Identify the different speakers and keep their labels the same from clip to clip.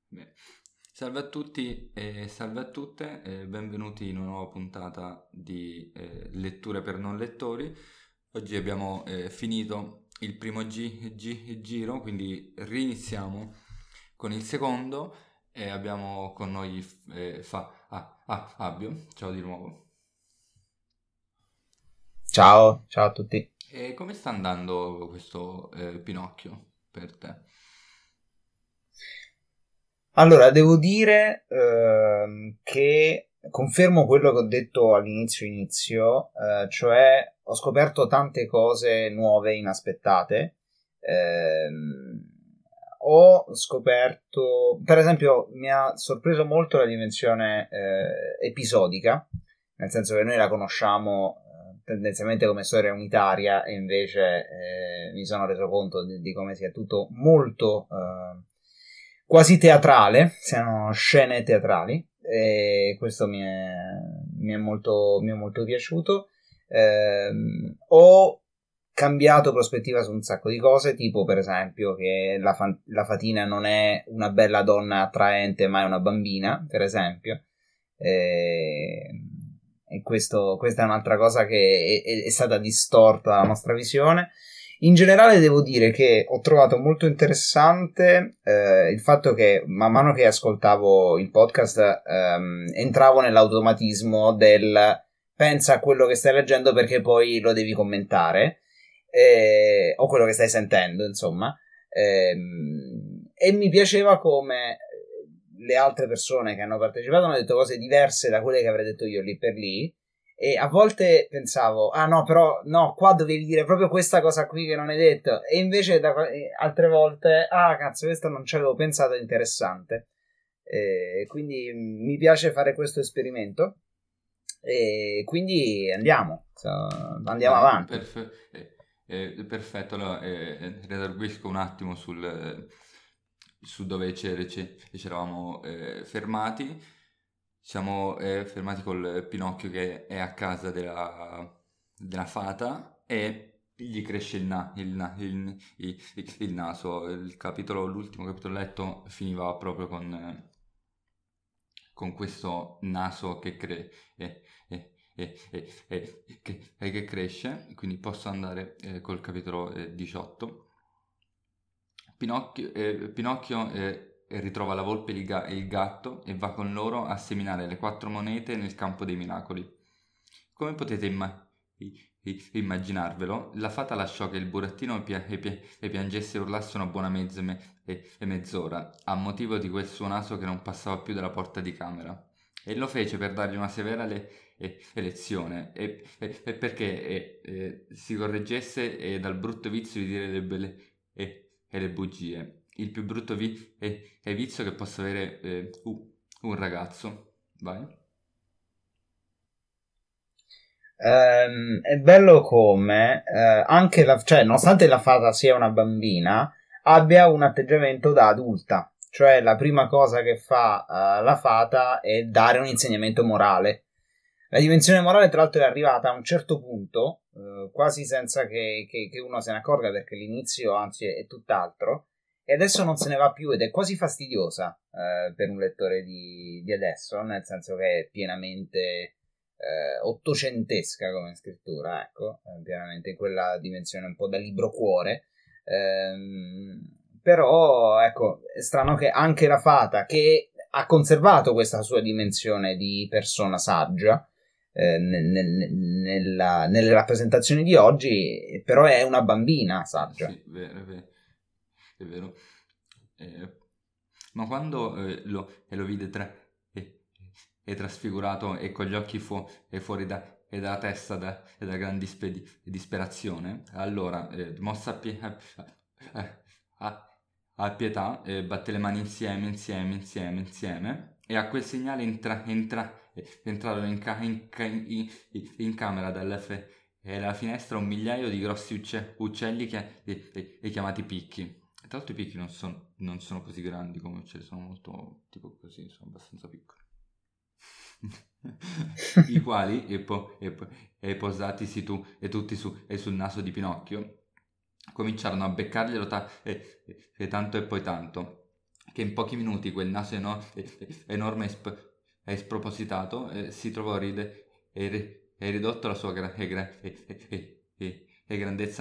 Speaker 1: Beh, salve a tutti e salve a tutte, benvenuti in una nuova puntata di Letture per non lettori. Oggi abbiamo finito il primo giro, quindi riniziamo con il secondo e abbiamo con noi Fabio. Ciao di nuovo.
Speaker 2: Ciao a tutti.
Speaker 1: E come sta andando questo Pinocchio per te?
Speaker 2: Allora, devo dire che confermo quello che ho detto all'inizio, cioè ho scoperto tante cose nuove, inaspettate. Ehm, Ho scoperto, per esempio, mi ha sorpreso molto la dimensione episodica, nel senso che noi la conosciamo tendenzialmente come storia unitaria e invece mi sono reso conto di come sia tutto molto quasi teatrale, siano scene teatrali e questo mi è molto piaciuto. Ho cambiato prospettiva su un sacco di cose, tipo per esempio che la Fatina non è una bella donna attraente ma è una bambina, per esempio. E, questa è un'altra cosa che è stata distorta dalla nostra visione. In generale devo dire che ho trovato molto interessante il fatto che man mano che ascoltavo il podcast entravo nell'automatismo del pensa a quello che stai leggendo perché poi lo devi commentare, o quello che stai sentendo, insomma. E mi piaceva come le altre persone che hanno partecipato hanno detto cose diverse da quelle che avrei detto io lì per lì. E a volte pensavo, ah no, però no, qua dovevi dire proprio questa cosa qui che non hai detto. E invece altre volte, ah cazzo, questo non ci avevo pensato, è interessante. Quindi mi piace fare questo esperimento. E quindi andiamo
Speaker 1: Vai,
Speaker 2: avanti.
Speaker 1: perfetto. Allora, redarguisco un attimo su dove ci eravamo fermati. Siamo fermati col Pinocchio che è a casa della fata e gli cresce il naso. L'ultimo capitolo letto finiva proprio con questo naso che cresce, quindi posso andare col capitolo 18. Pinocchio ritrova la volpe e il gatto e va con loro a seminare le quattro monete nel campo dei miracoli. Come potete immaginarvelo, la fata lasciò che il burattino piangesse e urlasse una buona mezz'ora, a motivo di quel suo naso che non passava più dalla porta di camera. E lo fece per dargli una severa lezione, e perché si correggesse dal brutto vizio di dire e le bugie. Il più brutto vizio che possa avere un ragazzo. Vai.
Speaker 2: È bello come anche cioè, nonostante la fata sia una bambina, abbia un atteggiamento da adulta. Cioè, la prima cosa che fa la fata è dare un insegnamento morale. La dimensione morale, tra l'altro, è arrivata a un certo punto, quasi senza che uno se ne accorga, perché l'inizio, anzi, è tutt'altro. E adesso non se ne va più ed è quasi fastidiosa per un lettore di adesso, nel senso che è pienamente ottocentesca come scrittura, ecco, pienamente in quella dimensione un po' da libro cuore. Però, ecco, è strano che anche la fata, che ha conservato questa sua dimensione di persona saggia, nelle rappresentazioni di oggi, però è una bambina saggia.
Speaker 1: Sì, vero, è vero. È vero. Eh, ma quando lo vide e trasfigurato e con gli occhi fuori e dalla testa da gran disperazione, allora, mossa eh, a, a pietà, batté le mani insieme, e a quel segnale entrarono in camera e alla finestra un migliaio di grossi uccelli chiamati picchi. Tra l'altro i picchi non sono così grandi come uccelli, sono molto tipo così, sono abbastanza piccoli. I quali, posatisi tutti sul naso di Pinocchio, cominciarono a beccarglielo tanto e poi tanto, che in pochi minuti quel naso enorme e spropositato si trovò e ridotto alla sua grandezza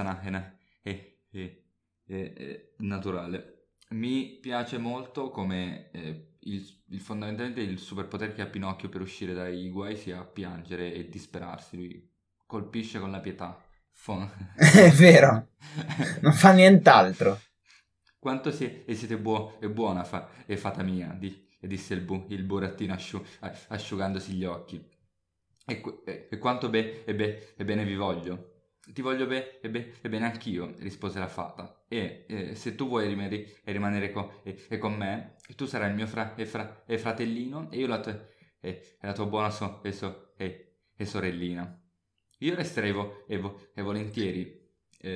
Speaker 1: naturale. Mi piace molto come fondamentalmente il superpotere che ha Pinocchio per uscire dai guai sia piangere e disperarsi. Lui colpisce con la pietà.
Speaker 2: È vero, non fa nient'altro.
Speaker 1: Quanto siete buona fata mia, disse il burattino asciugandosi gli occhi. E quanto bene vi voglio. Ti voglio bene anch'io, rispose la fata. Se tu vuoi rimanere con me, tu sarai il mio fratellino e io la tua buona sorellina. Io resterei volentieri,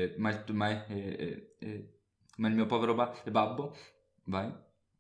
Speaker 1: ma il mio povero babbo, vai.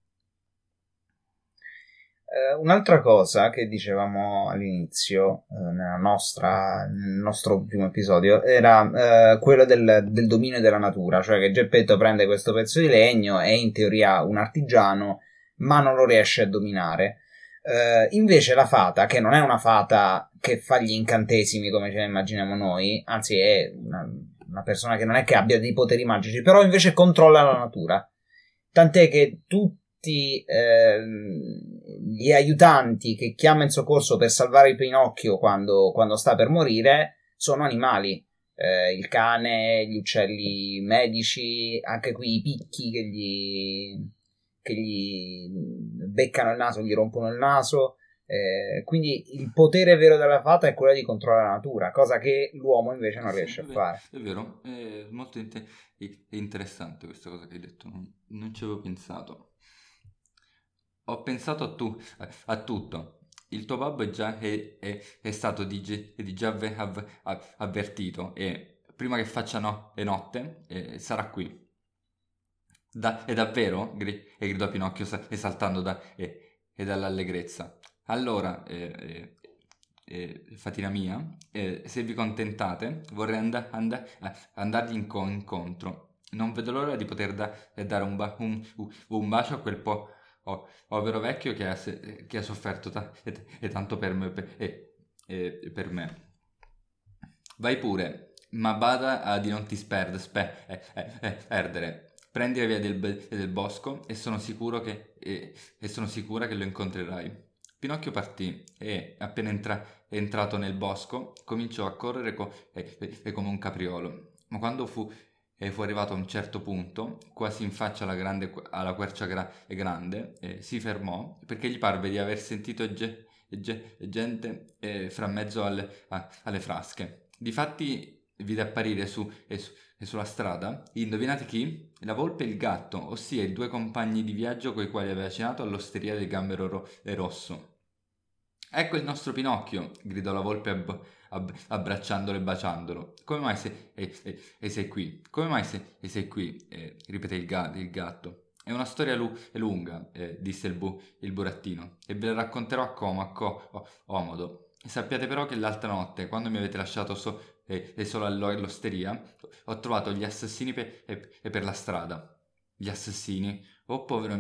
Speaker 2: Un'altra cosa che dicevamo all'inizio, nel nostro primo episodio, era quello del dominio della natura, cioè che Geppetto prende questo pezzo di legno, è in teoria un artigiano, ma non lo riesce a dominare. Invece la fata, che non è una fata che fa gli incantesimi come ce ne immaginiamo noi, anzi è una persona che non è che abbia dei poteri magici, però invece controlla la natura. Tant'è che tutti gli aiutanti che chiama in soccorso per salvare il Pinocchio quando sta per morire sono animali. Il cane, gli uccelli medici, anche qui i picchi che gli beccano il naso, gli rompono il naso. Quindi il potere vero della fata è quello di controllare la natura, cosa che l'uomo invece non riesce a fare.
Speaker 1: È vero, è molto interessante questa cosa che hai detto, non ci avevo pensato. Ho pensato a tutto. Il tuo babbo è stato di già avvertito e prima che faccia notte sarà qui. È davvero? Gridò Pinocchio esaltando dall'allegrezza. Allora, fatina mia, se vi contentate, vorrei andargli incontro. Non vedo l'ora di poter dare un bacio a quel povero vecchio che ha sofferto tanto per me. Per me. Vai pure, ma bada di non ti perdere. Prendi la via del bosco e sono sicura che lo incontrerai. Pinocchio partì e, appena entrato nel bosco, cominciò a correre come un capriolo. Ma quando fu arrivato a un certo punto, quasi in faccia alla quercia grande, si fermò perché gli parve di aver sentito gente fra mezzo alle frasche. Difatti vide apparire sulla strada, indovinate chi? La volpe e il gatto, ossia i due compagni di viaggio coi quali aveva cenato all'osteria del Gambero Rosso. Ecco il nostro Pinocchio, gridò la volpe abbracciandolo e baciandolo. Come mai sei qui? Come mai sei qui? Ripeté il gatto. È una storia lunga, disse il burattino, e ve la racconterò a comodo. Sappiate però che l'altra notte, quando mi avete lasciato solo all'osteria, ho trovato gli assassini per la strada. Gli assassini? Oh, povero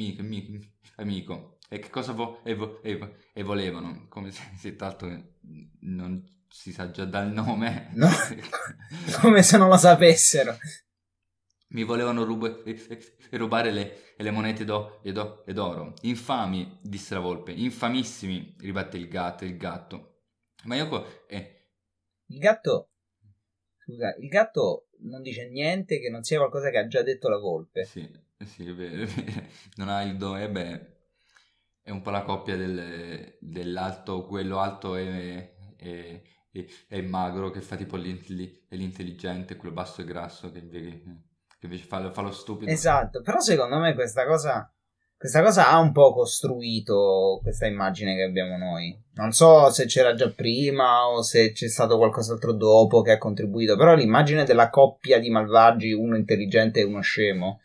Speaker 1: amico. E che cosa volevano? Come se tanto non si sa già dal nome.
Speaker 2: No? Come se non lo sapessero.
Speaker 1: Mi volevano rubare le monete d'oro. Infami, disse la volpe. Infamissimi, ribatte il gatto. Ma io...
Speaker 2: Il gatto... Scusa, il gatto non dice niente che non sia qualcosa che ha già detto la volpe.
Speaker 1: Sì, è vero. Non ha il do... beh, è un po' la coppia dell'alto, quello alto e magro che fa tipo l'intelligente, quello basso e grasso che invece fa lo stupido.
Speaker 2: Esatto, però secondo me questa cosa ha un po' costruito questa immagine che abbiamo noi. Non so se c'era già prima o se c'è stato qualcos'altro dopo che ha contribuito, però l'immagine della coppia di malvagi, uno intelligente e uno scemo,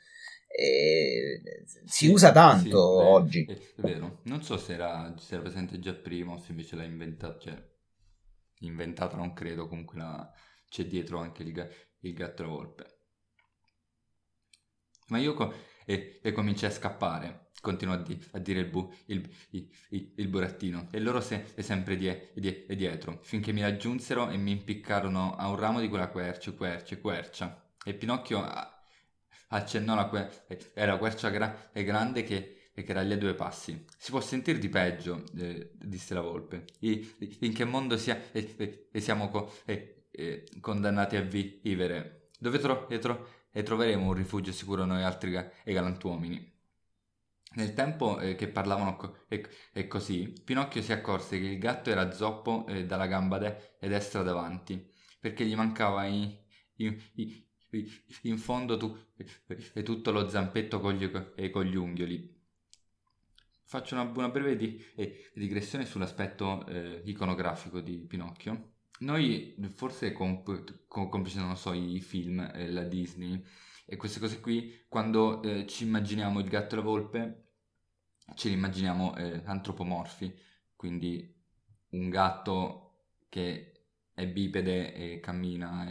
Speaker 2: si usa tanto oggi.
Speaker 1: È vero, non so se era presente già prima o se invece l'ha inventata, cioè inventata non credo, comunque c'è dietro anche il gatto e la volpe. Ma io e cominciai a scappare, continuò a dire il burattino, e loro sempre dietro, finché mi raggiunsero e mi impiccarono a un ramo di quella quercia. E Pinocchio accennò la quercia grande che era lì a 2 passi. Si può sentir di peggio, disse la volpe. In che mondo siamo condannati a vivere? Dove troveremo un rifugio sicuro noi altri e galantuomini? Nel tempo che parlavano così, Pinocchio si accorse che il gatto era zoppo dalla gamba destra davanti, perché gli mancava in- in fondo tutto lo zampetto con gli unghioli. Faccio una breve digressione sull'aspetto iconografico di Pinocchio. Noi, forse complice, non so, i film, la Disney e queste cose qui, quando ci immaginiamo il gatto e la volpe, ce li immaginiamo antropomorfi, quindi un gatto che è bipede e cammina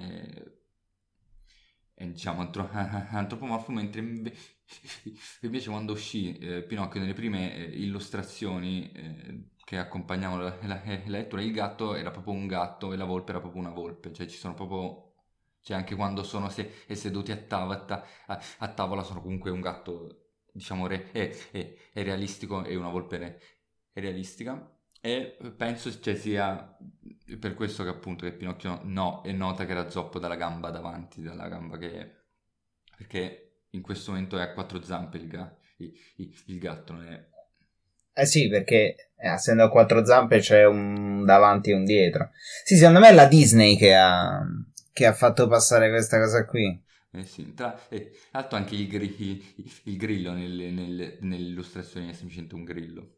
Speaker 1: e diciamo antropomorfo, mentre invece quando uscì Pinocchio nelle prime illustrazioni che accompagnavano la lettura, il gatto era proprio un gatto e la volpe era proprio una volpe, cioè ci sono proprio, cioè anche quando sono seduti a tavola sono comunque un gatto, diciamo, è realistico e una volpe è realistica. E penso cioè, sia per questo che appunto che Pinocchio no, è nota che era zoppo dalla gamba davanti, dalla gamba che... perché in questo momento è a 4 zampe il gatto, non è...
Speaker 2: Eh sì, perché essendo a 4 zampe c'è un davanti e un dietro. Sì, secondo me è la Disney che ha fatto passare questa cosa qui.
Speaker 1: Eh sì, tra l'altro anche il grillo nelle illustrazioni è semplicemente un grillo.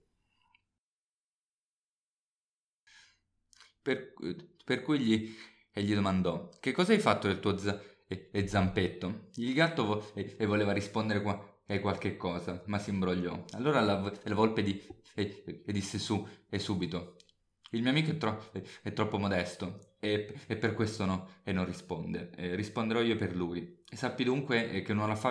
Speaker 1: Per cui gli domandò: Che cosa hai fatto del tuo zampetto? Il gatto voleva rispondere qualche cosa, ma si imbrogliò. Allora la volpe disse subito: Il mio amico è troppo modesto e per questo non risponde. Risponderò io per lui. E sappi dunque che un'ora fa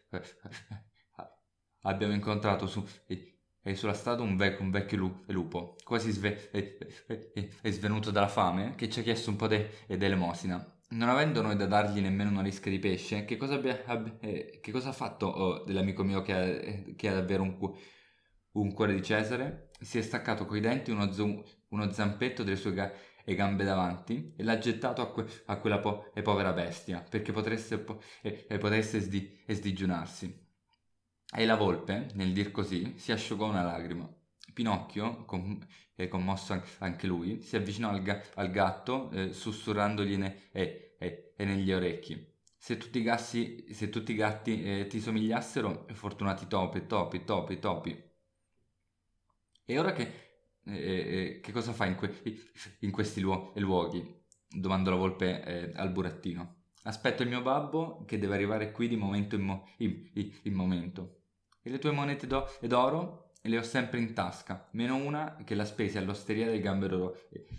Speaker 1: abbiamo incontrato sulla strada un vecchio lupo, quasi svenuto dalla fame, che ci ha chiesto un po' d'elemosina. Non avendo noi da dargli nemmeno una lisca di pesce, che cosa ha fatto dell'amico mio che ha davvero un cuore di Cesare? Si è staccato coi denti uno zampetto delle sue gambe davanti e l'ha gettato a quella povera bestia, perché potesse sdigiunarsi. E la volpe, nel dir così, si asciugò una lacrima. Pinocchio, commosso anche lui, si avvicinò al gatto, sussurrandogli negli orecchi. Se tutti i gatti ti somigliassero, fortunati topi. E ora che cosa fai in questi luoghi? Domandò la volpe al burattino. Aspetto il mio babbo che deve arrivare qui di momento in momento. E le tue monete d'oro le ho sempre in tasca, meno una che la spesi all'osteria del gambero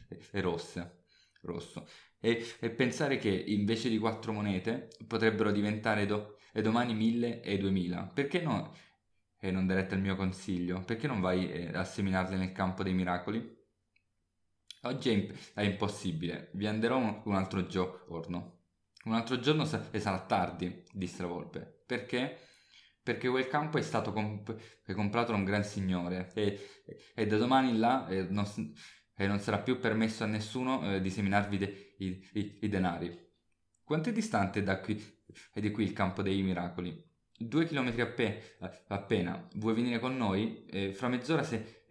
Speaker 1: rosso. E pensare che invece di 4 monete potrebbero diventare domani 1000 e 2000. Perché no? E non dai retta al mio consiglio? Perché non vai a seminarle nel campo dei miracoli? Oggi è impossibile, vi anderò un altro giorno. Un altro giorno sarà tardi, disse la volpe. Perché? Perché quel campo è stato comprato da un gran signore e da domani in là non sarà più permesso a nessuno di seminarvi i denari. Quanto è distante è di qui il campo dei miracoli? 2 chilometri appena. Vuoi venire con noi? Fra mezz'ora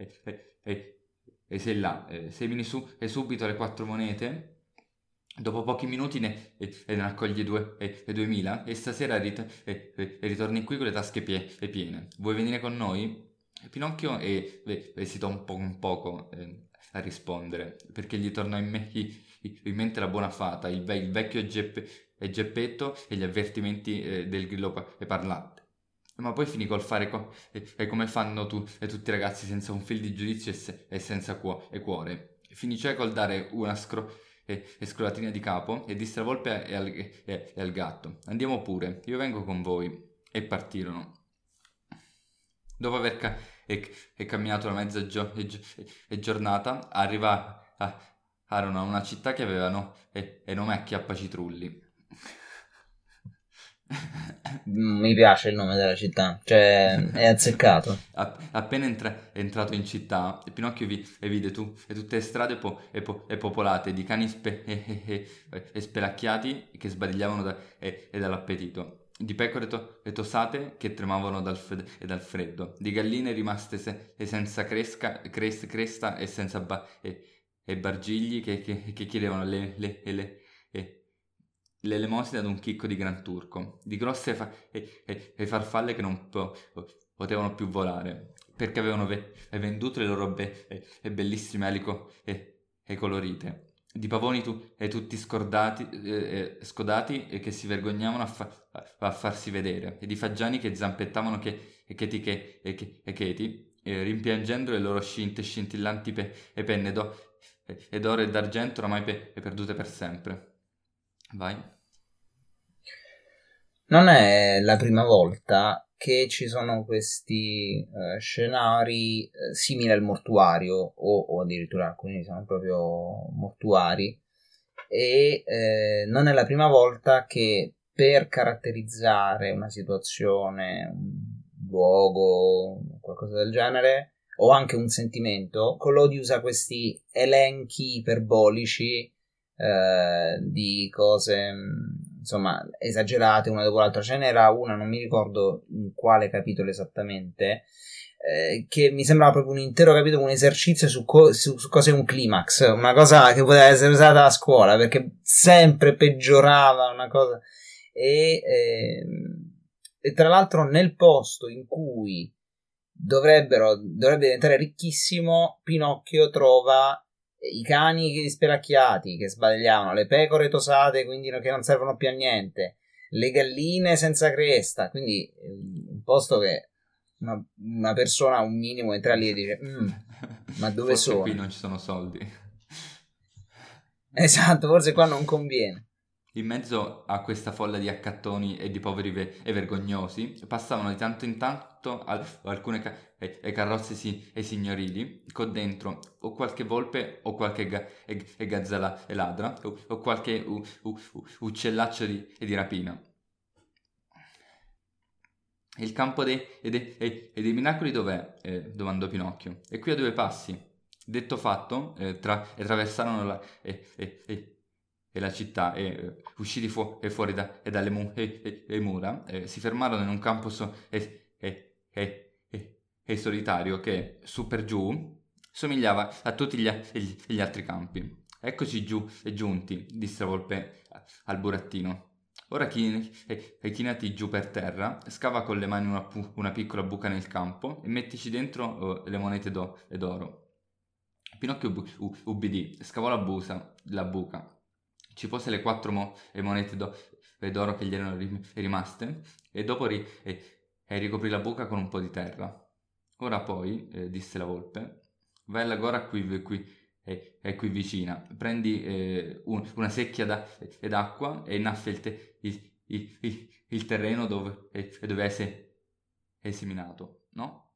Speaker 1: sei là. Semini su e subito le 4 monete. Dopo pochi minuti ne raccogli 2000 e stasera ritorni qui con le tasche piene. Vuoi venire con noi? Pinocchio esitò un poco a rispondere, perché gli tornò in mente la buona fata, il vecchio Geppetto e gli avvertimenti del grillo parlante. Ma poi finì col fare come fanno tutti i ragazzi senza un fil di giudizio e senza cuore. Finì cioè col dare una scrollatina di capo e disse alla volpe e al gatto: Andiamo pure, io vengo con voi. E partirono. Dopo aver camminato una mezza giornata, arrivarono a una città che aveva nome Acchiappacitrulli.
Speaker 2: Mi piace il nome della città, cioè è azzeccato.
Speaker 1: Appena entrato in città, Pinocchio vide tutte le strade popolate di cani e spelacchiati che sbadigliavano dall'appetito, di pecore tosate che tremavano dal freddo, di galline rimaste senza cresta e senza e bargigli che chiedevano l'elemosina ad un chicco di Gran Turco, di grosse e farfalle che non potevano più volare, perché avevano venduto le loro bellissime ali e colorite, di pavoni tutti scodati e che si vergognavano a farsi vedere, e di fagiani che zampettavano cheti, rimpiangendo le loro scintillanti penne d'oro e d'argento oramai perdute per sempre. Vai.
Speaker 2: Non è la prima volta che ci sono questi scenari simili al mortuario o addirittura alcuni sono proprio mortuari e non è la prima volta che per caratterizzare una situazione, un luogo, qualcosa del genere o anche un sentimento, Collodi usa questi elenchi iperbolici di cose insomma esagerate una dopo l'altra. Ce n'era una, non mi ricordo in quale capitolo esattamente, che mi sembrava proprio un intero capitolo, un esercizio su cos'è un climax, una cosa che poteva essere usata a scuola perché sempre peggiorava una cosa e tra l'altro nel posto in cui dovrebbe diventare ricchissimo, Pinocchio trova i cani spelacchiati che sbagliavano, le pecore tosate quindi che non servono più a niente, le galline senza cresta, quindi un posto che una persona un minimo entra lì e dice ma dove
Speaker 1: forse
Speaker 2: sono?
Speaker 1: Qui non ci sono soldi.
Speaker 2: Esatto, forse qua non conviene.
Speaker 1: In mezzo a questa folla di accattoni e di poveri e vergognosi passavano di tanto in tanto alcune carrozze e signorili con dentro o qualche volpe o qualche gazzella e ladra o qualche uccellaccio di rapina. Il campo dei miracoli dov'è? Domandò Pinocchio. È qui a 2 passi. Detto fatto, attraversarono la città e usciti fuori dalle mura, si fermarono in un campo solitario che, su per giù, somigliava a tutti gli altri campi. Eccoci giunti, disse la volpe al burattino. Ora chinati giù per terra, scava con le mani una piccola buca nel campo e mettici dentro le monete d'oro. Pinocchio ubbidì, scavò la buca, ci pose le 4 monete d'oro che gli erano rimaste e dopo ricoprì la buca con un po' di terra. Ora poi, disse la volpe, vai alla gora è qui vicina, prendi una secchia d'acqua e innaffia il terreno dove hai seminato, no?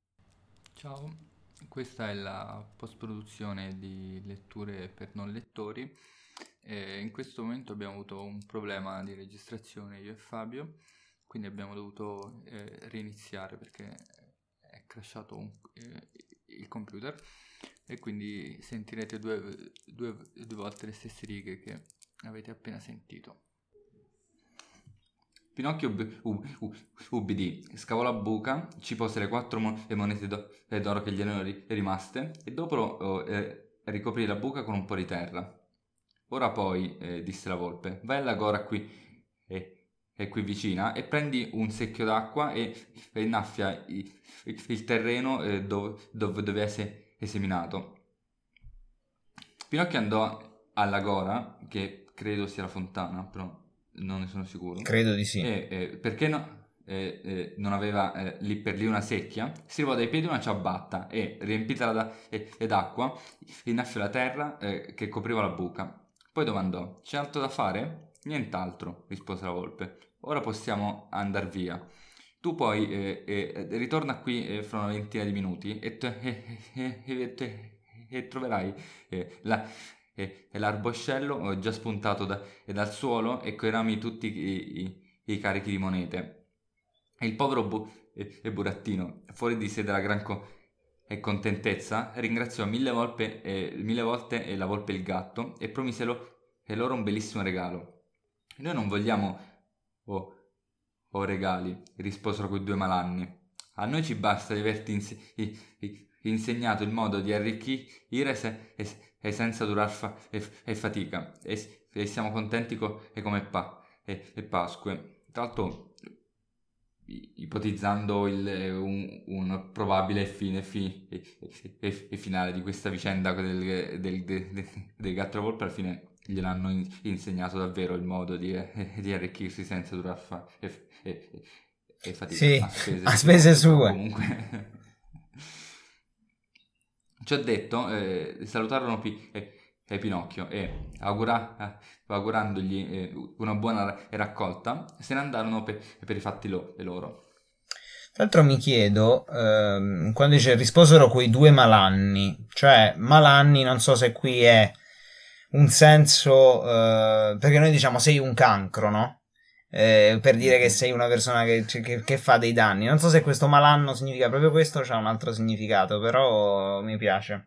Speaker 1: Ciao, questa è la post-produzione di letture per non lettori. In questo momento abbiamo avuto un problema di registrazione io e Fabio, quindi abbiamo dovuto reiniziare perché è crashato il computer e quindi sentirete due volte le stesse righe che avete appena sentito. Pinocchio ubbidì, scavò la buca, ci pose le 4 monete d'oro che gli erano rimaste e dopo ricoprì la buca con un po' di terra. Ora poi, disse la volpe, vai alla gora è qui vicina e prendi un secchio d'acqua e innaffia il terreno dove hai seminato. Pinocchio andò alla gora, che credo sia la fontana, però non ne sono sicuro.
Speaker 2: Credo di sì.
Speaker 1: Perché non aveva lì per lì una secchia, si levò dai piedi una ciabatta e, riempita d'acqua, innaffiò la terra che copriva la buca. Poi domandò, c'è altro da fare? Nient'altro, rispose la volpe. Ora possiamo andar via. Tu poi ritorna qui fra una ventina di minuti e troverai l'arboscello già spuntato dal suolo e coi rami tutti i carichi di monete. E il povero burattino, fuori di sé dalla e contentezza, ringraziò mille volte la volpe e il gatto e promise loro un bellissimo regalo. Noi non vogliamo o regali, risposero quei due malanni. A noi ci basta di averti insegnato il modo di arricchire senza durar fatica e siamo contenti come Pasque. Tra l'altro, ipotizzando un probabile finale di questa vicenda del gatto volpe, alla fine gliel'hanno insegnato davvero il modo di arricchirsi senza durar fatica,
Speaker 2: sì, a spese sue.
Speaker 1: Comunque, ci ho detto, salutarono Pinocchio e augurandogli una buona raccolta, se ne andarono per i fatti loro.
Speaker 2: Tra l'altro mi chiedo, quando dice risposero quei due malanni, cioè malanni non so se qui è un senso, perché noi diciamo sei un cancro, no? Per dire che sei una persona che fa dei danni. Non so se questo malanno significa proprio questo o c'ha un altro significato, però mi piace.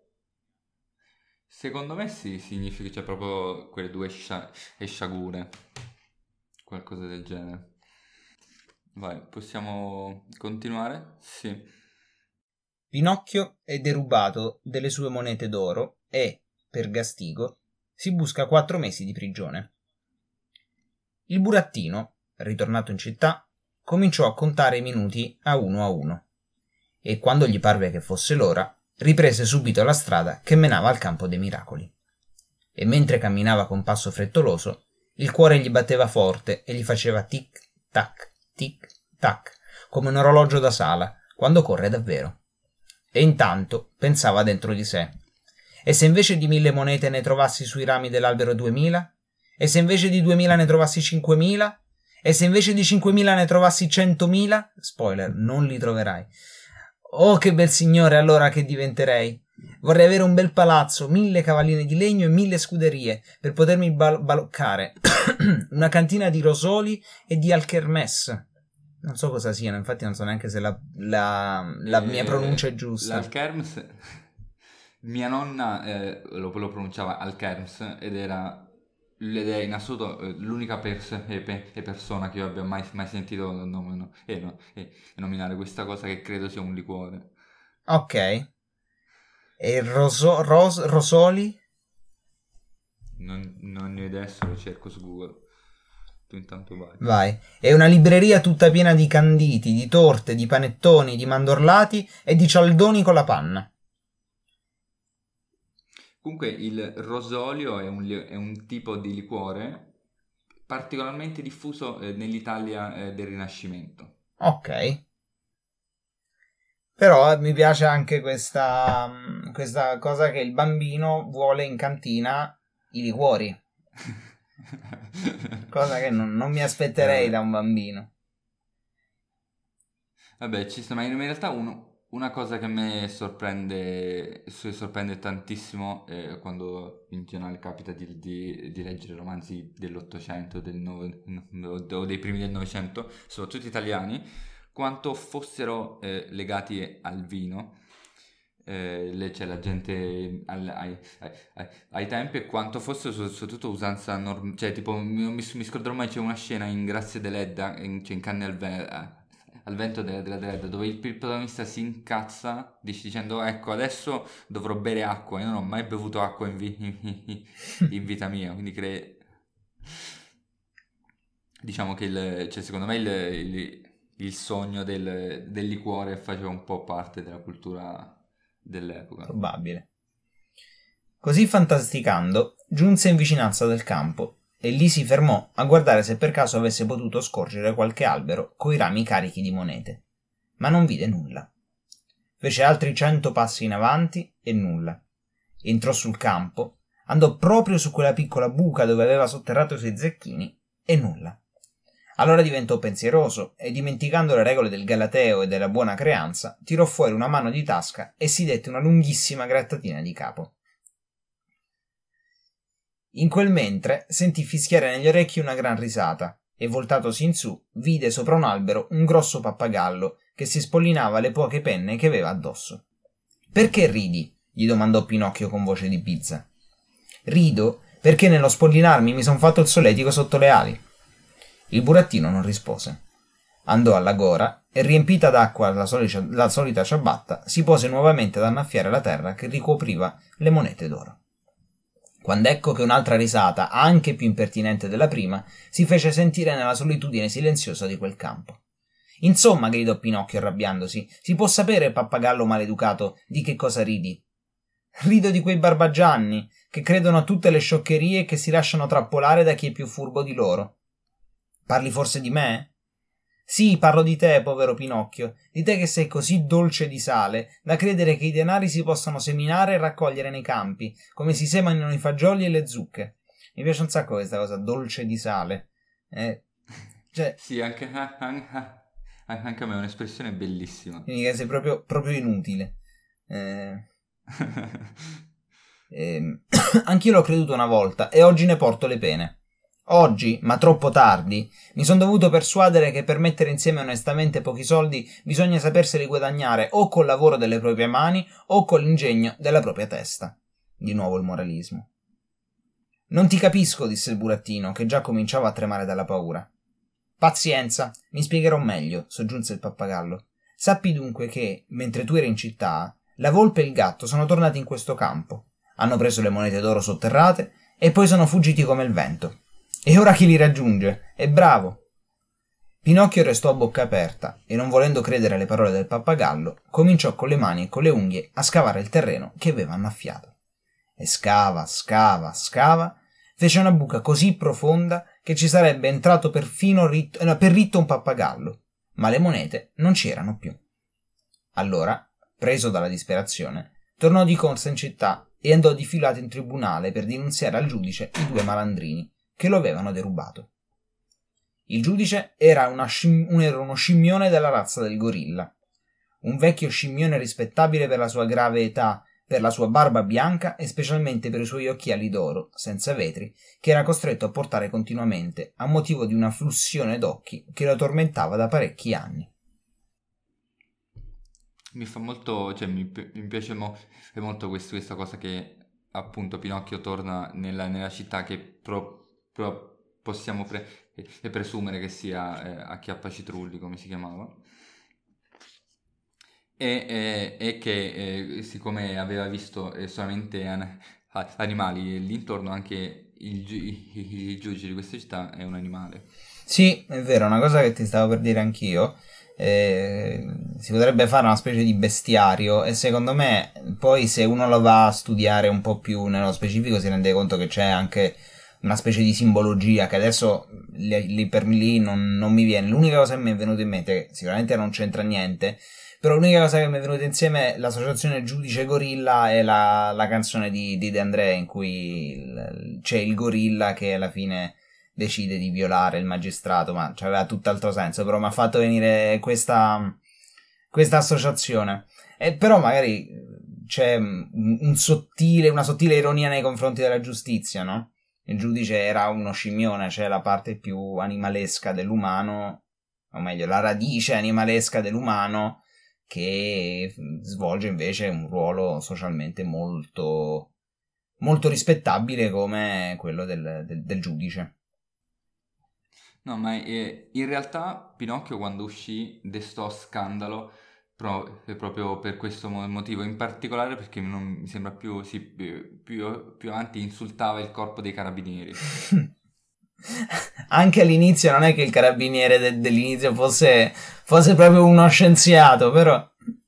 Speaker 1: Secondo me sì, significa c'è proprio quelle due sciagure, qualcosa del genere. Vai, possiamo continuare? Sì.
Speaker 2: Pinocchio è derubato delle sue monete d'oro e, per gastigo, si busca 4 mesi di prigione. Il burattino, ritornato in città, cominciò a contare i minuti a uno e quando gli parve che fosse l'ora, riprese subito la strada che menava al campo dei miracoli. E mentre camminava con passo frettoloso, il cuore gli batteva forte e gli faceva tic tac, come un orologio da sala quando corre davvero. E intanto pensava dentro di sé: e se invece di 1000 monete ne trovassi sui rami dell'albero 2000? E se invece di 2000 ne trovassi 5000? E se invece di 5000 ne trovassi 100.000? Spoiler, non li troverai. Oh, che bel signore allora che diventerei! Vorrei avere un bel palazzo, 1000 cavalline di legno e 1000 scuderie per potermi baloccare, una cantina di rosoli e di alchermès. Non so cosa siano, infatti non so neanche se la mia pronuncia è giusta.
Speaker 1: L'alchermes, mia nonna lo pronunciava alchermes ed è in assoluto l'unica persona che io abbia mai sentito nominare questa cosa, che credo sia un liquore.
Speaker 2: Ok. E il rosoli?
Speaker 1: Non ne ho idea, adesso lo cerco su Google. Tu intanto vai.
Speaker 2: Vai. È una libreria tutta piena di canditi, di torte, di panettoni, di mandorlati e di cialdoni con la panna.
Speaker 1: Comunque il rosolio è un tipo di liquore particolarmente diffuso nell'Italia del Rinascimento.
Speaker 2: Ok. Però mi piace anche questa cosa che il bambino vuole in cantina i liquori. Cosa che non mi aspetterei da un bambino.
Speaker 1: Vabbè, ci sta, ma in realtà una cosa che a me sorprende tantissimo quando in generale capita di leggere romanzi dell'Ottocento, o dei primi del Novecento, soprattutto italiani, quanto fossero legati al vino. C'è la gente ai tempi, e quanto fosse soprattutto usanza cioè tipo mi scorderò mai, c'è una scena in Grazia deledda, in Canne al vento della Deledda, dove il protagonista si incazza dicendo: ecco, adesso dovrò bere acqua, io non ho mai bevuto acqua in vita mia, quindi diciamo che cioè, secondo me il sogno del liquore faceva un po' parte della cultura dell'epoca.
Speaker 2: Probabile. Così fantasticando, giunse in vicinanza del campo e lì si fermò a guardare se per caso avesse potuto scorgere qualche albero coi rami carichi di monete, ma non vide nulla. Fece altri 100 passi in avanti e nulla. Entrò sul campo, andò proprio su quella piccola buca dove aveva sotterrato i suoi zecchini e nulla. Allora diventò pensieroso e, dimenticando le regole del galateo e della buona creanza, tirò fuori una mano di tasca e si dette una lunghissima grattatina di capo. In quel mentre sentì fischiare negli orecchi una gran risata e, voltatosi in su, vide sopra un albero un grosso pappagallo che si spollinava le poche penne che aveva addosso. «Perché ridi?» gli domandò Pinocchio con voce di bizza. «Rido perché nello spollinarmi mi son fatto il solletico sotto le ali». Il burattino non rispose. Andò alla gora e, riempita d'acqua la solita ciabatta, si pose nuovamente ad annaffiare la terra che ricopriva le monete d'oro. Quando ecco che un'altra risata, anche più impertinente della prima, si fece sentire nella solitudine silenziosa di quel campo. «Insomma», gridò Pinocchio arrabbiandosi, «si può sapere, pappagallo maleducato, di che cosa ridi?» «Rido di quei barbagianni, che credono a tutte le scioccherie e che si lasciano trappolare da chi è più furbo di loro». «Parli forse di me?» «Sì, parlo di te, povero Pinocchio, di te che sei così dolce di sale da credere che i denari si possano seminare e raccogliere nei campi, come si seminano i fagioli e le zucche». Mi piace un sacco questa cosa, dolce di sale.
Speaker 1: Sì, anche a me è un'espressione bellissima.
Speaker 2: Quindi che sei proprio inutile. Anch'io l'ho creduto una volta e oggi ne porto le pene. Oggi, ma troppo tardi, mi son dovuto persuadere che per mettere insieme onestamente pochi soldi bisogna saperseli guadagnare o col lavoro delle proprie mani o con l'ingegno della propria testa. Di nuovo il moralismo. «Non ti capisco», disse il burattino, che già cominciava a tremare dalla paura. «Pazienza, mi spiegherò meglio», soggiunse il pappagallo. «Sappi dunque che, mentre tu eri in città, la volpe e il gatto sono tornati in questo campo, hanno preso le monete d'oro sotterrate e poi sono fuggiti come il vento. E ora chi li raggiunge? È bravo!» Pinocchio restò a bocca aperta e, non volendo credere alle parole del pappagallo, cominciò con le mani e con le unghie a scavare il terreno che aveva annaffiato. E scava, fece una buca così profonda che ci sarebbe entrato per ritto un pappagallo, ma le monete non c'erano più. Allora, preso dalla disperazione, tornò di corsa in città e andò difilato in tribunale per dinunziare al giudice i 2 malandrini che lo avevano derubato. Il giudice era uno scimmione della razza del gorilla, un vecchio scimmione rispettabile per la sua grave età, per la sua barba bianca e specialmente per i suoi occhiali d'oro, senza vetri, che era costretto a portare continuamente a motivo di una flussione d'occhi che lo tormentava da parecchi anni.
Speaker 1: Mi fa molto, cioè mi piace molto questa cosa che appunto Pinocchio torna nella città che possiamo presumere che sia Acchiappacitrulli, come si chiamava. E che siccome aveva visto solamente animali l'intorno, anche il giudice di questa città è un animale.
Speaker 2: Sì, è vero, una cosa che ti stavo per dire anch'io. Si potrebbe fare una specie di bestiario e secondo me poi se uno lo va a studiare un po' più nello specifico si rende conto che c'è anche una specie di simbologia che adesso lì per lì non mi viene. L'unica cosa che mi è venuta in mente, che sicuramente non c'entra niente, però l'unica cosa che mi è venuta insieme è l'associazione Giudice Gorilla e la canzone di De André in cui c'è il gorilla che alla fine decide di violare il magistrato, ma aveva tutt'altro senso, però mi ha fatto venire questa associazione. Però magari c'è una sottile ironia nei confronti della giustizia, no? Il giudice era uno scimmione, cioè la parte più animalesca dell'umano, o meglio, la radice animalesca dell'umano, che svolge invece un ruolo socialmente molto, molto rispettabile come quello del giudice.
Speaker 1: No, ma in realtà Pinocchio quando uscì destò scandalo proprio per questo motivo, in particolare perché non mi sembra più avanti insultava il corpo dei carabinieri.
Speaker 2: Anche all'inizio non è che il carabiniere dell'inizio fosse proprio uno scienziato, però...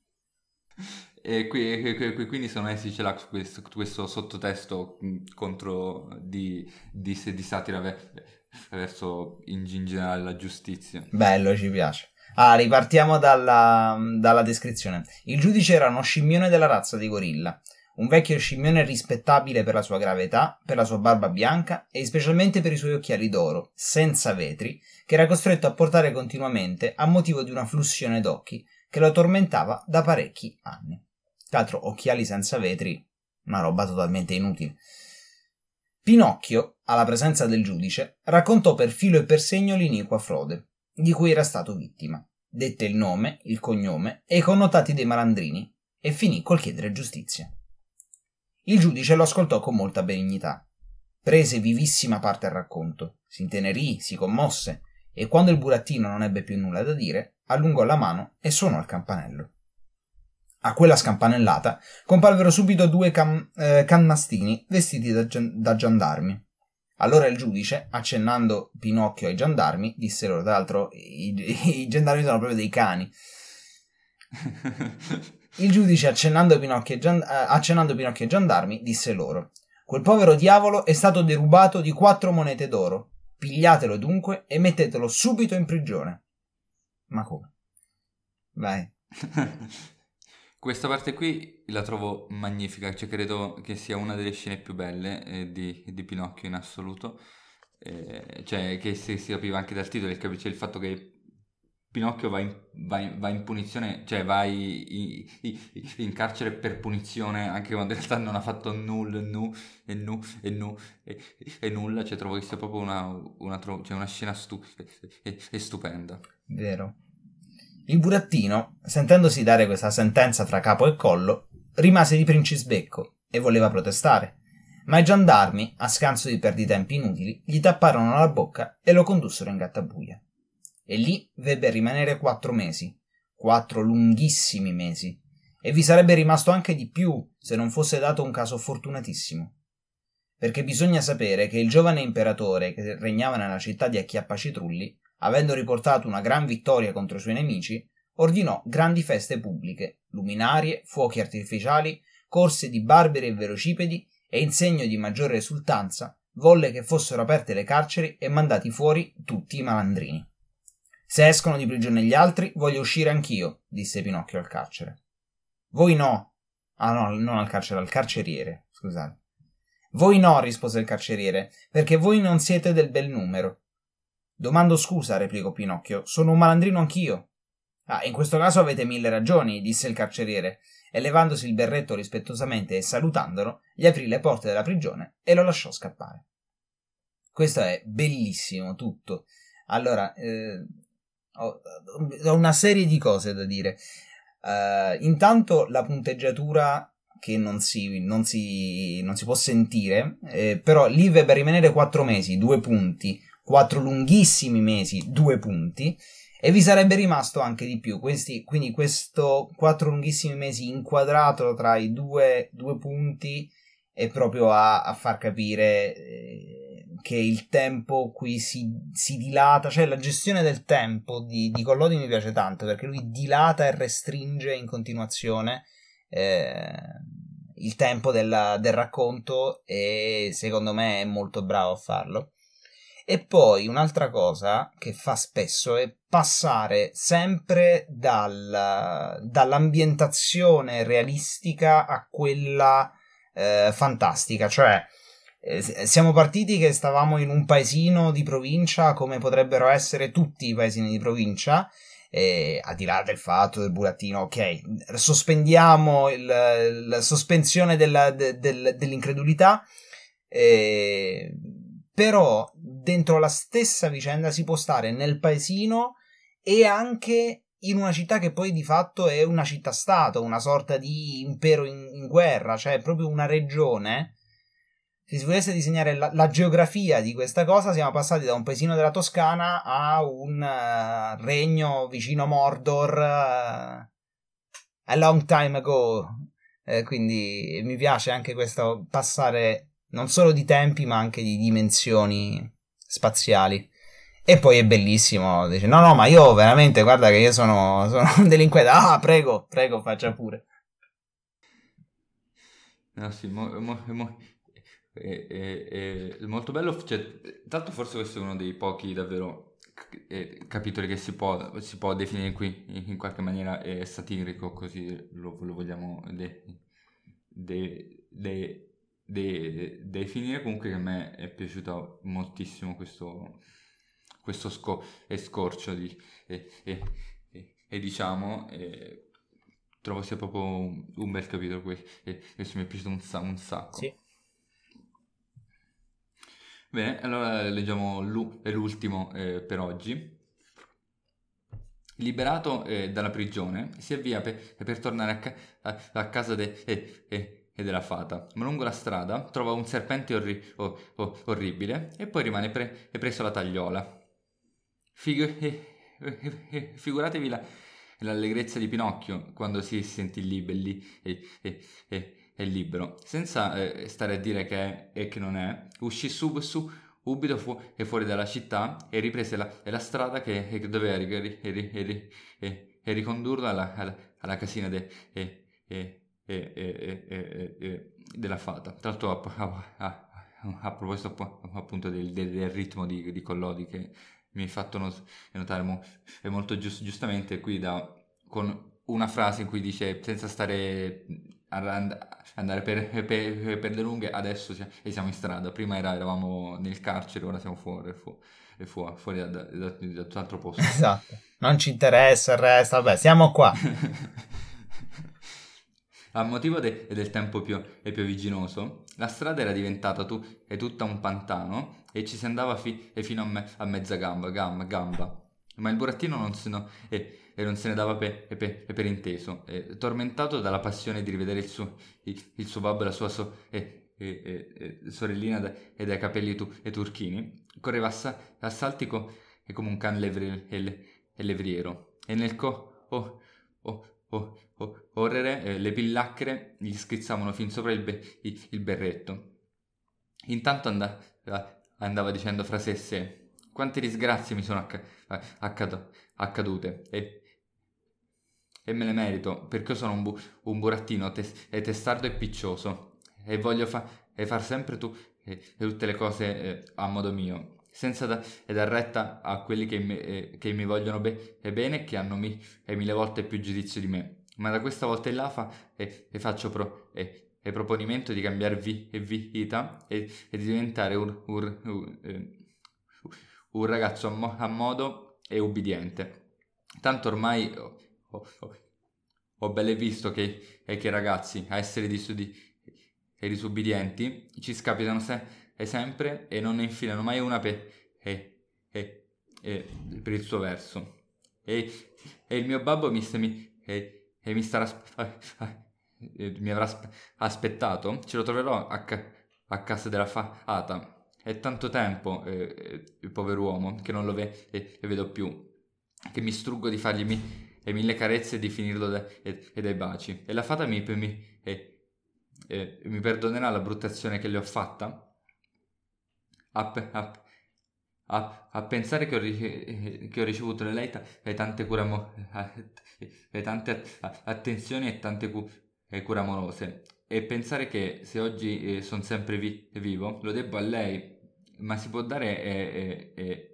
Speaker 1: E quindi secondo me si ce l'ha questo sottotesto contro di satira verso in generale la giustizia.
Speaker 2: Bello, ci piace. Ripartiamo dalla descrizione. Il giudice era uno scimmione della razza di gorilla, Un vecchio scimmione rispettabile per la sua grave età, per la sua barba bianca e specialmente per i suoi occhiali d'oro, senza vetri, che era costretto a portare continuamente a motivo di una flussione d'occhi che lo tormentava da parecchi anni. Tra l'altro, occhiali senza vetri, una roba totalmente inutile. Pinocchio, alla presenza del giudice, raccontò per filo e per segno l'iniqua frode, di cui era stato vittima. Dette il nome, il cognome e i connotati dei malandrini e finì col chiedere giustizia. Il giudice lo ascoltò con molta benignità. Prese vivissima parte al racconto, si intenerì, si commosse e quando il burattino non ebbe più nulla da dire, allungò la mano e suonò il campanello. A quella scampanellata comparvero subito due cannastini vestiti da giandarmi. Allora il giudice, accennando Pinocchio ai giandarmi, disse loro, tra l'altro i gendarmi sono proprio dei cani. Il giudice, accennando Pinocchio ai giandarmi, disse loro: quel povero diavolo è stato derubato di 4 monete d'oro. Pigliatelo dunque e mettetelo subito in prigione. Ma come? Vai.
Speaker 1: Questa parte qui la trovo magnifica, cioè credo che sia una delle scene più belle di Pinocchio in assoluto. Cioè che si capiva anche dal titolo, c'è il fatto che Pinocchio va in punizione, cioè in carcere per punizione anche quando in realtà non ha fatto nulla e nulla, cioè trovo che sia proprio una scena stupenda.
Speaker 2: Vero. Il burattino, sentendosi dare questa sentenza fra capo e collo, rimase di princisbecco e voleva protestare, ma i giandarmi, a scanso di perditempi inutili, gli tapparono la bocca e lo condussero in gattabuia. E lì vebbe a rimanere 4 mesi, 4 lunghissimi mesi, e vi sarebbe rimasto anche di più se non fosse dato un caso fortunatissimo. Perché bisogna sapere che il giovane imperatore che regnava nella città di Acchiappacitrulli, avendo riportato una gran vittoria contro i suoi nemici, ordinò grandi feste pubbliche, luminarie, fuochi artificiali, corse di barberi e velocipedi e in segno di maggiore esultanza volle che fossero aperte le carceri e mandati fuori tutti i malandrini. Se escono di prigione gli altri, voglio uscire anch'io, disse Pinocchio al carcere. Voi no. Ah no, non al carcere, al carceriere, scusate. Voi no, rispose il carceriere, perché voi non siete del bel numero. Domando scusa, replicò Pinocchio, sono un malandrino anch'io. Ah, in questo caso avete 1000 ragioni, disse il carceriere, e levandosi il berretto rispettosamente e salutandolo, gli aprì le porte della prigione e lo lasciò scappare. Questo è bellissimo, tutto. Allora, ho una serie di cose da dire. Intanto la punteggiatura che non si può sentire, però lì deve rimanere 4 mesi, 2 punti, 4 lunghissimi mesi, 2 punti, e vi sarebbe rimasto anche di più. Quindi questo 4 lunghissimi mesi inquadrato tra i due punti è proprio a far capire che il tempo qui si dilata, cioè la gestione del tempo di Collodi mi piace tanto perché lui dilata e restringe in continuazione il tempo del racconto e secondo me è molto bravo a farlo. E poi un'altra cosa che fa spesso è passare sempre dall'ambientazione realistica a quella fantastica, cioè siamo partiti che stavamo in un paesino di provincia come potrebbero essere tutti i paesini di provincia, al di là del fatto del burattino, ok, sospendiamo la sospensione dell'incredulità, però dentro la stessa vicenda si può stare nel paesino e anche in una città che poi di fatto è una città-stato, una sorta di impero in guerra, cioè proprio una regione. Se si volesse disegnare la geografia di questa cosa, siamo passati da un paesino della Toscana a un regno vicino a Mordor a long time ago. Quindi mi piace anche questo passare non solo di tempi ma anche di dimensioni spaziali. E poi è bellissimo, dice no ma io veramente, guarda che io sono un delinquente. Ah, prego faccia pure.
Speaker 1: No, sì, è molto bello, cioè, tanto forse questo è uno dei pochi davvero capitoli che si può definire qui in qualche maniera satirico, così lo vogliamo finire. Comunque che a me è piaciuto moltissimo questo scorcio e diciamo trovo sia proprio un bel capitolo questo mi è piaciuto un sacco.
Speaker 2: Sì.
Speaker 1: Bene, allora leggiamo l'ultimo per oggi. Liberato dalla prigione, si avvia per tornare a casa della fata, ma lungo la strada trova un serpente orribile e poi rimane preso alla tagliola. Figuratevi l'allegrezza di Pinocchio quando si sentì è libero, senza stare a dire che è e che non è, uscì subito fuori dalla città e riprese la strada che doveva ricondurlo alla casina della fata. Tra l'altro a proposito appunto del ritmo di Collodi che mi hai fatto notare è molto giustamente qui con una frase in cui dice senza stare andare per le lunghe, adesso siamo in strada, prima eravamo nel carcere, ora siamo fuori da tutt'altro posto.
Speaker 2: Esatto, non ci interessa il resto, vabbè, siamo qua.
Speaker 1: A motivo del tempo pioviginoso, la strada era diventata tutta un pantano e ci si andava fino a mezza gamba. Ma il burattino non se ne dava per inteso. Tormentato dalla passione di rivedere il suo babbo e la sua sorellina e dai capelli turchini, correva a salti come un can levriero. E nel correre le pillacchere gli schizzavano fin sopra il berretto. Intanto andava dicendo fra sé e sé: quante disgrazie mi sono accadute e me le merito perché io sono un burattino testardo e piccioso e voglio far sempre tutte le cose a modo mio, senza dar retta a quelli che mi vogliono bene e che hanno mille volte più giudizio di me. Ma da questa volta in là faccio proponimento di cambiare vita e di diventare un ragazzo a modo e ubbidiente. Tanto ormai ho belle visto che i ragazzi a essere disubbidienti ci scapitano sempre e non ne infilano mai una per il suo verso. E il mio babbo mi avrà aspettato, ce lo troverò a casa della fata. È tanto tempo, il pover'uomo, che non lo vedo più, che mi struggo di fargli mille carezze e di finirlo dai baci. E la fata mi perdonerà la brutta azione che le ho fatta? A pensare che ho ricevuto da lei tante tante attenzioni e tante cure amorose, e pensare che se oggi sono sempre vivo lo debbo a lei, ma si può dare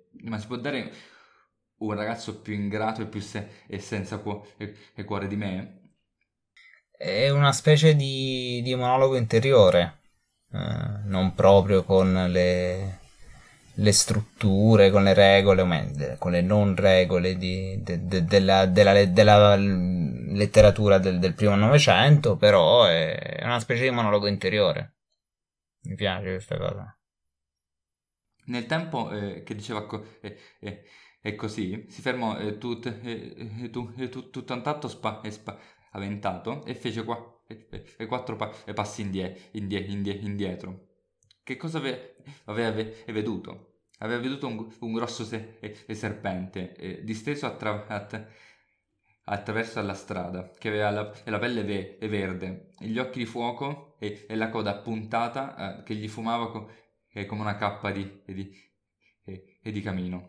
Speaker 1: un ragazzo più ingrato e e senza cuore di me?
Speaker 2: È una specie di monologo interiore, non proprio con le strutture, con le regole, o meglio, con le non regole della letteratura del primo Novecento, però è una specie di monologo interiore. Mi piace questa cosa.
Speaker 1: Nel tempo che diceva è così, si fermò tutto un tatto spaventato e fece quattro passi indietro. Che cosa aveva veduto? Aveva veduto un grosso serpente disteso attraverso la strada, che aveva la pelle verde, gli occhi di fuoco e la coda appuntata che gli fumava come una cappa di camino.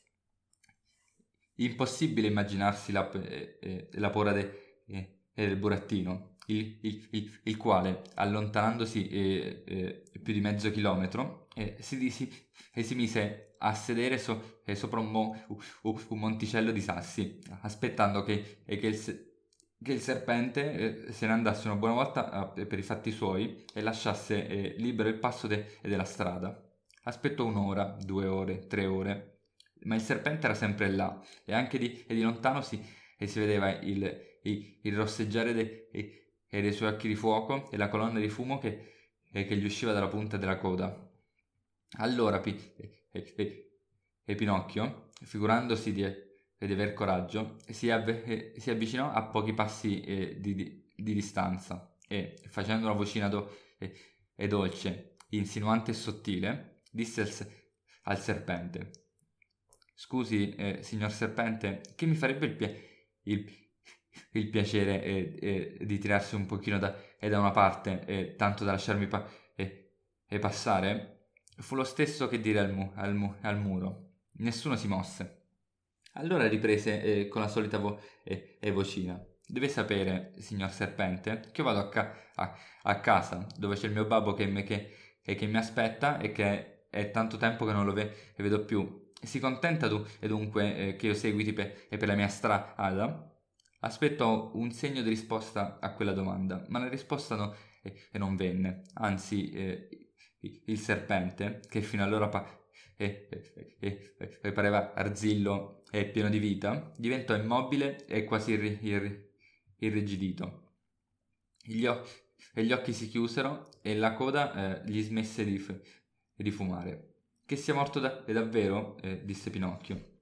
Speaker 1: Impossibile immaginarsi la paura del burattino, il quale, allontanandosi più di mezzo chilometro, si mise a sedere sopra un monticello di sassi, aspettando che che il serpente se ne andasse una buona volta per i fatti suoi e lasciasse libero il passo della strada. Aspettò 1 ora, 2 ore, 3 ore, ma il serpente era sempre là e anche di lontano si vedeva il rosseggiare dei suoi occhi di fuoco e la colonna di fumo che gli usciva dalla punta della coda. Allora Pinocchio, figurandosi di aver coraggio, si avvicinò a pochi passi di distanza e, facendo una vocina dolce, insinuante e sottile, disse al serpente: «Scusi, signor serpente, che mi farebbe il piacere di tirarsi un pochino da una parte, tanto da lasciarmi passare?» Fu lo stesso che dire al muro. Nessuno si mosse. Allora riprese con la solita vocina: «Deve sapere, signor serpente, che io vado a casa, dove c'è il mio babbo che mi aspetta e che è tanto tempo che non lo vedo più. Si contenta dunque che io seguiti per la mia strada?» Aspettò un segno di risposta a quella domanda, ma la risposta non venne. Anzi, il serpente, che fino allora pareva arzillo e pieno di vita, diventò immobile e quasi irrigidito. Gli occhi si chiusero e la coda gli smesse di fumare. «Che sia morto davvero?» disse Pinocchio,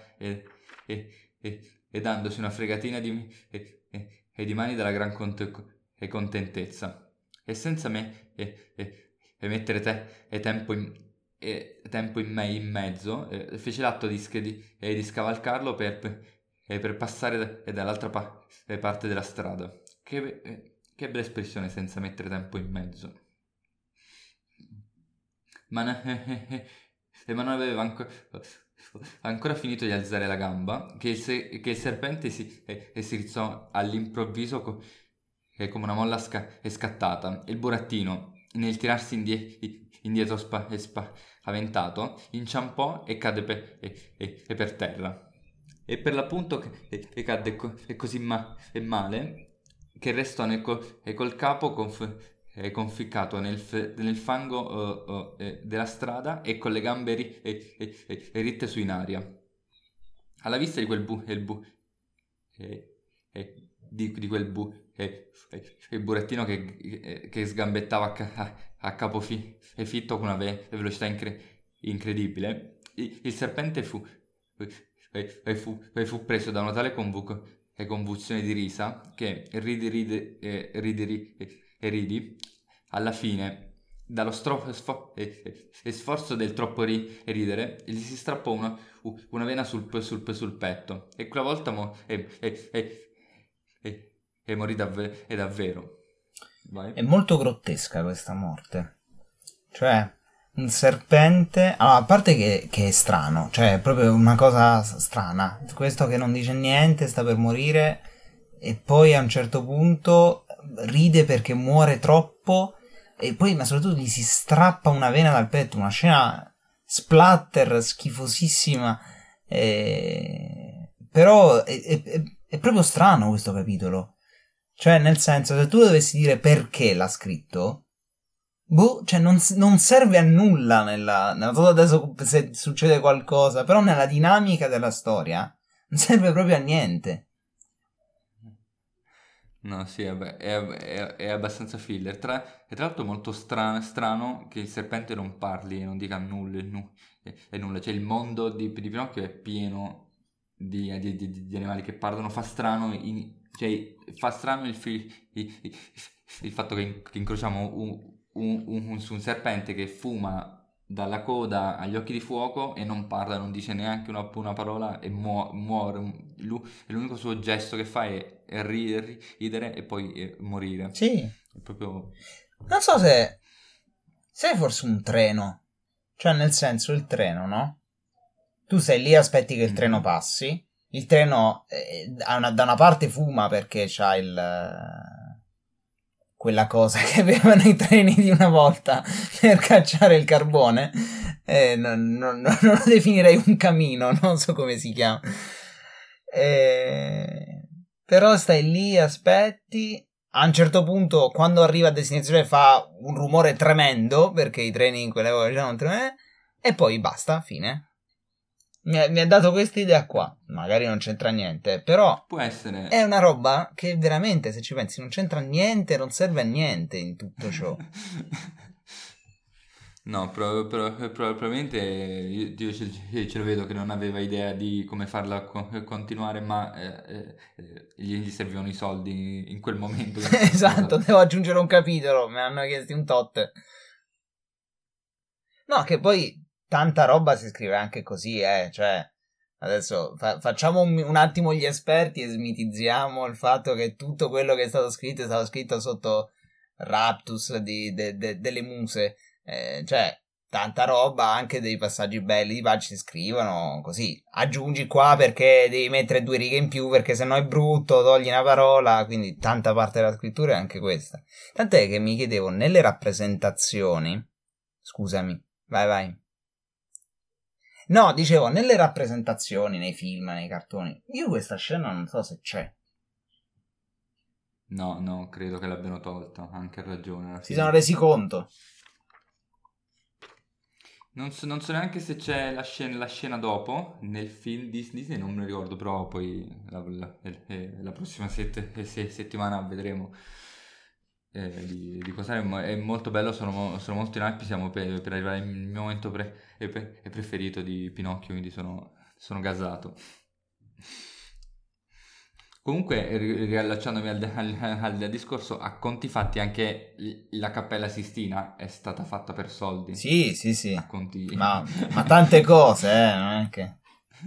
Speaker 1: e dandosi una fregatina di mani dalla gran contentezza. «E senza me e mettere tempo in mezzo, fece l'atto di scavalcarlo per passare dall'altra parte della strada. Che bella espressione, senza mettere tempo in mezzo. Ma non aveva ancora finito di alzare la gamba che il serpente si rizzò all'improvviso come una molla scattata. Il burattino, nel tirarsi indietro spaventato, inciampò e cadde per terra. E per l'appunto che cadde così male che restò col capo conficcato nel fango della strada e con le gambe ritte su in aria. Alla vista di quel il burattino che sgambettava a capo fitto con una velocità incredibile, il serpente fu preso da una tale convulsione di risa che ridi alla fine, dallo sforzo del troppo ridere, gli si strappò una vena sul petto e quella volta morì davvero. Vai.
Speaker 2: È molto grottesca questa morte. Cioè, un serpente... Allora, a parte che è strano, cioè è proprio una cosa strana. Questo che non dice niente, sta per morire e poi a un certo punto ride perché muore troppo e poi, ma soprattutto, gli si strappa una vena dal petto. Una scena splatter schifosissima. Però è proprio strano questo capitolo. Cioè, nel senso, se tu dovessi dire perché l'ha scritto, cioè non serve a nulla nella adesso se succede qualcosa, però nella dinamica della storia non serve proprio a niente.
Speaker 1: No, sì, vabbè, è abbastanza filler. E tra l'altro è molto strano che il serpente non parli e non dica nulla. Cioè il mondo di Pinocchio è pieno di animali che parlano. Fa strano il fatto che incrociamo un serpente che fuma dalla coda agli occhi di fuoco e non parla, non dice neanche una parola e muore. E l'unico suo gesto che fa è ridere e poi morire.
Speaker 2: Sì.
Speaker 1: È proprio...
Speaker 2: Non so se è forse un treno. Cioè, nel senso, il treno, no? Tu sei lì, aspetti che il treno passi. Il treno da una parte fuma perché c'ha quella cosa che avevano i treni di una volta per cacciare il carbone. Non lo definirei un camino, non so come si chiama. Però stai lì, aspetti. A un certo punto, quando arriva a destinazione, fa un rumore tremendo, perché i treni in quell'epoca facevano tremendo, e poi basta, fine. Mi ha dato questa idea qua. Magari non c'entra niente, però
Speaker 1: Può essere.
Speaker 2: è una roba che veramente, se ci pensi, non c'entra niente, non serve a niente in tutto ciò.
Speaker 1: No, probabilmente io ce lo vedo che non aveva idea di come farla continuare, ma gli servivano i soldi in quel momento.
Speaker 2: Esatto, devo aggiungere un capitolo, me ne hanno chiesti un tot. No, che poi tanta roba si scrive anche così, cioè adesso facciamo un attimo gli esperti e smitizziamo il fatto che tutto quello che è stato scritto sotto raptus delle muse, cioè tanta roba, anche dei passaggi belli di pagine si scrivono così, aggiungi qua perché devi mettere 2 righe in più perché sennò è brutto, togli una parola, quindi tanta parte della scrittura è anche questa. Tant'è che mi chiedevo, nelle rappresentazioni, scusami, vai. No, dicevo, nelle rappresentazioni, nei film, nei cartoni, io questa scena non so se c'è.
Speaker 1: No, credo che l'abbiano tolta, anche a ragione alla
Speaker 2: Si
Speaker 1: fine.
Speaker 2: sono resi conto.
Speaker 1: Non so neanche se c'è la scena dopo nel film Disney, non me lo ricordo, però poi la prossima settimana vedremo di cosa è molto bello, sono molto in hype, siamo per arrivare al mio momento preferito di Pinocchio, quindi sono gasato. Comunque, riallacciandomi al discorso, a conti fatti anche la Cappella Sistina è stata fatta per soldi.
Speaker 2: Sì.
Speaker 1: A conti...
Speaker 2: Ma tante cose, non è che...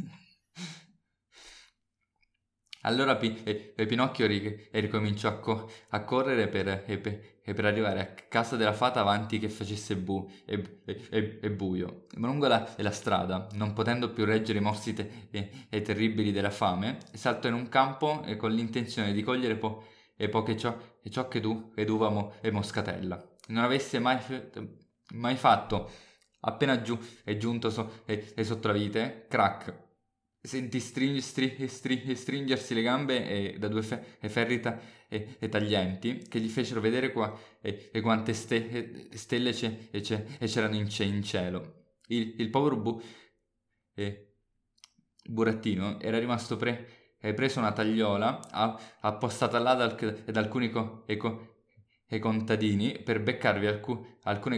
Speaker 1: Allora Pinocchio ricominciò a correre per arrivare a casa della fata avanti che facesse e buio. Ma lungo la strada, non potendo più reggere i morsi e terribili della fame, saltò in un campo con l'intenzione di cogliere poche ciò che veduvamo e moscatella. Non avesse mai fatto. Appena è giunto sotto la vite, crack. Sentì stringersi le gambe da due ferri taglienti che gli fecero vedere quante stelle c'erano in cielo. Il povero burattino era rimasto preso una tagliola appostata là da alcuni contadini per beccarvi alcune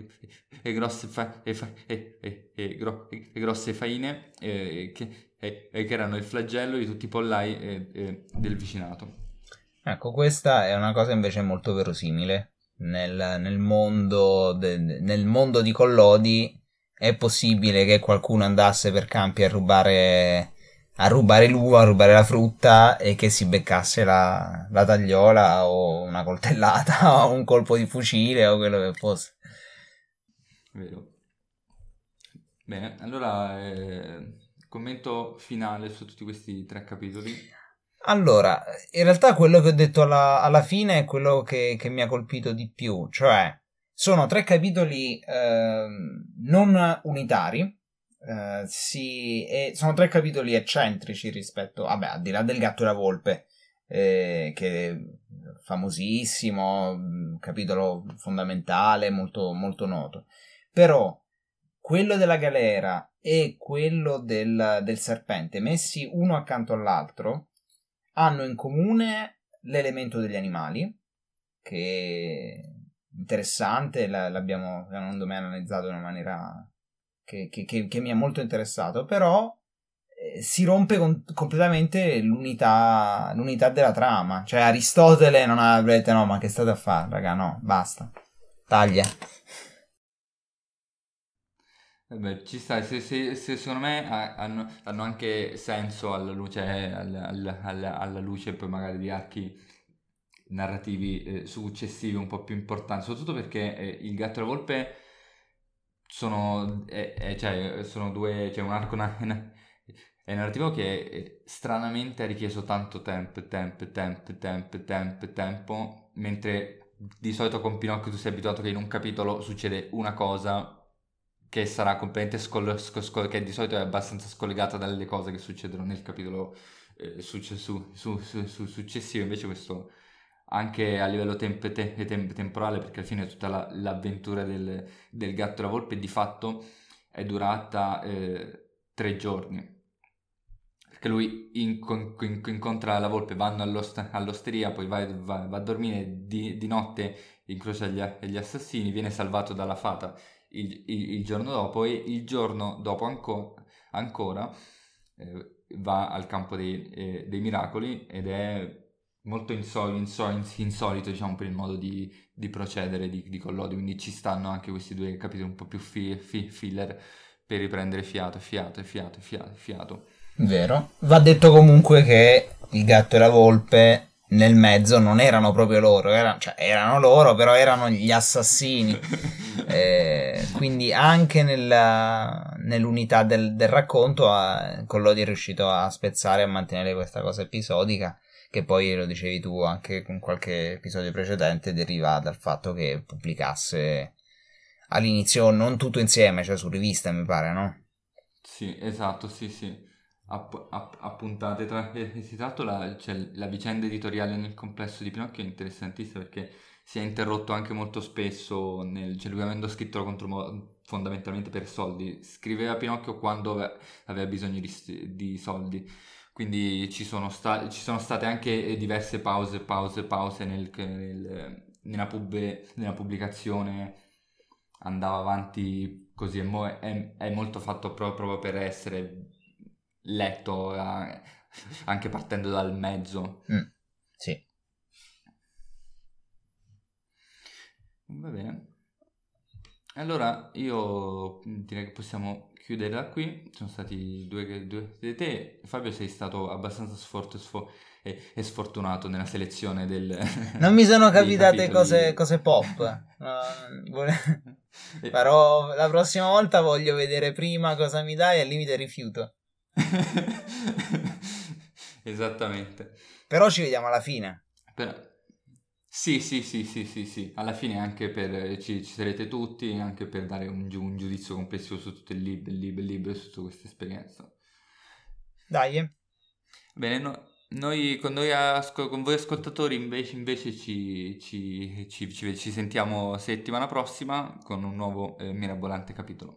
Speaker 1: grosse faine che erano il flagello di tutti i pollai del vicinato.
Speaker 2: Ecco, questa è una cosa invece molto verosimile. Nel mondo di Collodi è possibile che qualcuno andasse per campi a rubare l'uva, a rubare la frutta e che si beccasse la tagliola o una coltellata o un colpo di fucile o quello che fosse.
Speaker 1: Vero. Bene, allora commento finale su tutti questi 3 capitoli.
Speaker 2: Allora, in realtà quello che ho detto alla fine è quello che mi ha colpito di più, cioè sono 3 capitoli non unitari, e sono 3 capitoli eccentrici rispetto, vabbè, al di là del Gatto e la Volpe, che è famosissimo, capitolo fondamentale, molto, molto noto, però quello della galera e quello del serpente messi uno accanto all'altro hanno in comune l'elemento degli animali, che è interessante, l'abbiamo secondo me analizzato in una maniera che mi è molto interessato, però si rompe completamente l'unità della trama, cioè Aristotele non avrete, no, ma che state a fare, raga, no, basta, taglia.
Speaker 1: Beh, ci sta, se secondo me hanno anche senso alla luce, alla luce poi magari di archi narrativi successivi un po' più importanti, soprattutto perché il Gatto e la Volpe sono due, cioè un arco è narrativo che stranamente ha richiesto tanto tempo, mentre di solito con Pinocchio tu sei abituato che in un capitolo succede una cosa che sarà completamente che di solito è abbastanza scollegata dalle cose che succedono nel capitolo successivo, invece questo anche a livello temporale, perché alla fine tutta l'avventura del gatto e la volpe di fatto è durata 3 giorni. Perché lui incontra la volpe, vanno all'osteria, poi va a dormire, di notte incrocia gli assassini, viene salvato dalla fata il giorno dopo, e il giorno dopo ancora va al campo dei miracoli, ed è molto insolito, diciamo, per il modo di procedere di Collodi, quindi ci stanno anche questi 2 capitoli un po' più filler per riprendere fiato.
Speaker 2: Vero. Va detto comunque che il gatto e la volpe nel mezzo non erano proprio loro, cioè erano loro, però erano gli assassini. Quindi anche nell'unità del racconto Collodi è riuscito a spezzare e a mantenere questa cosa episodica, che poi, lo dicevi tu anche con qualche episodio precedente, deriva dal fatto che pubblicasse all'inizio non tutto insieme, cioè su rivista, mi pare, no?
Speaker 1: Sì, esatto, sì. A puntate tra l'altro la vicenda editoriale nel complesso di Pinocchio è interessantissima, perché si è interrotto anche molto spesso, cioè lui, avendo scritto fondamentalmente per soldi, scriveva Pinocchio quando aveva bisogno di soldi, quindi ci sono state anche diverse pause nella pubblicazione, andava avanti così, e è molto fatto proprio per essere letto, anche partendo dal mezzo.
Speaker 2: Sì.
Speaker 1: Va bene. Allora io direi che possiamo chiudere da qui. Sono stati due di te. Fabio, sei stato abbastanza e sfortunato nella selezione
Speaker 2: Non mi sono
Speaker 1: dei
Speaker 2: capitate
Speaker 1: capitoli.
Speaker 2: cose pop. Però la prossima volta voglio vedere prima cosa mi dai e al limite rifiuto.
Speaker 1: Esattamente.
Speaker 2: Però ci vediamo alla fine.
Speaker 1: Sì. Alla fine anche ci sarete tutti, anche per dare un giudizio complessivo su tutto il libro e su tutta questa esperienza.
Speaker 2: Dai.
Speaker 1: Bene, con voi ascoltatori invece ci sentiamo settimana prossima con un nuovo mirabolante capitolo.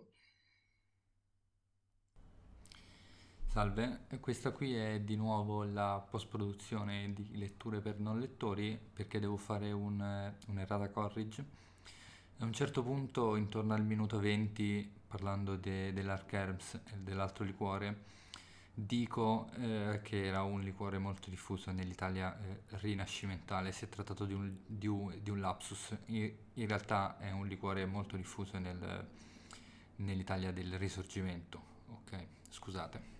Speaker 1: Salve, questa qui è di nuovo la post-produzione di letture per non lettori, perché devo fare un'errata corrige. A un certo punto, intorno al minuto 20, parlando dell'Ark Herbs e dell'altro liquore, dico che era un liquore molto diffuso nell'Italia rinascimentale. Si è trattato di un lapsus. In realtà è un liquore molto diffuso nell'Italia del Risorgimento. Ok, scusate.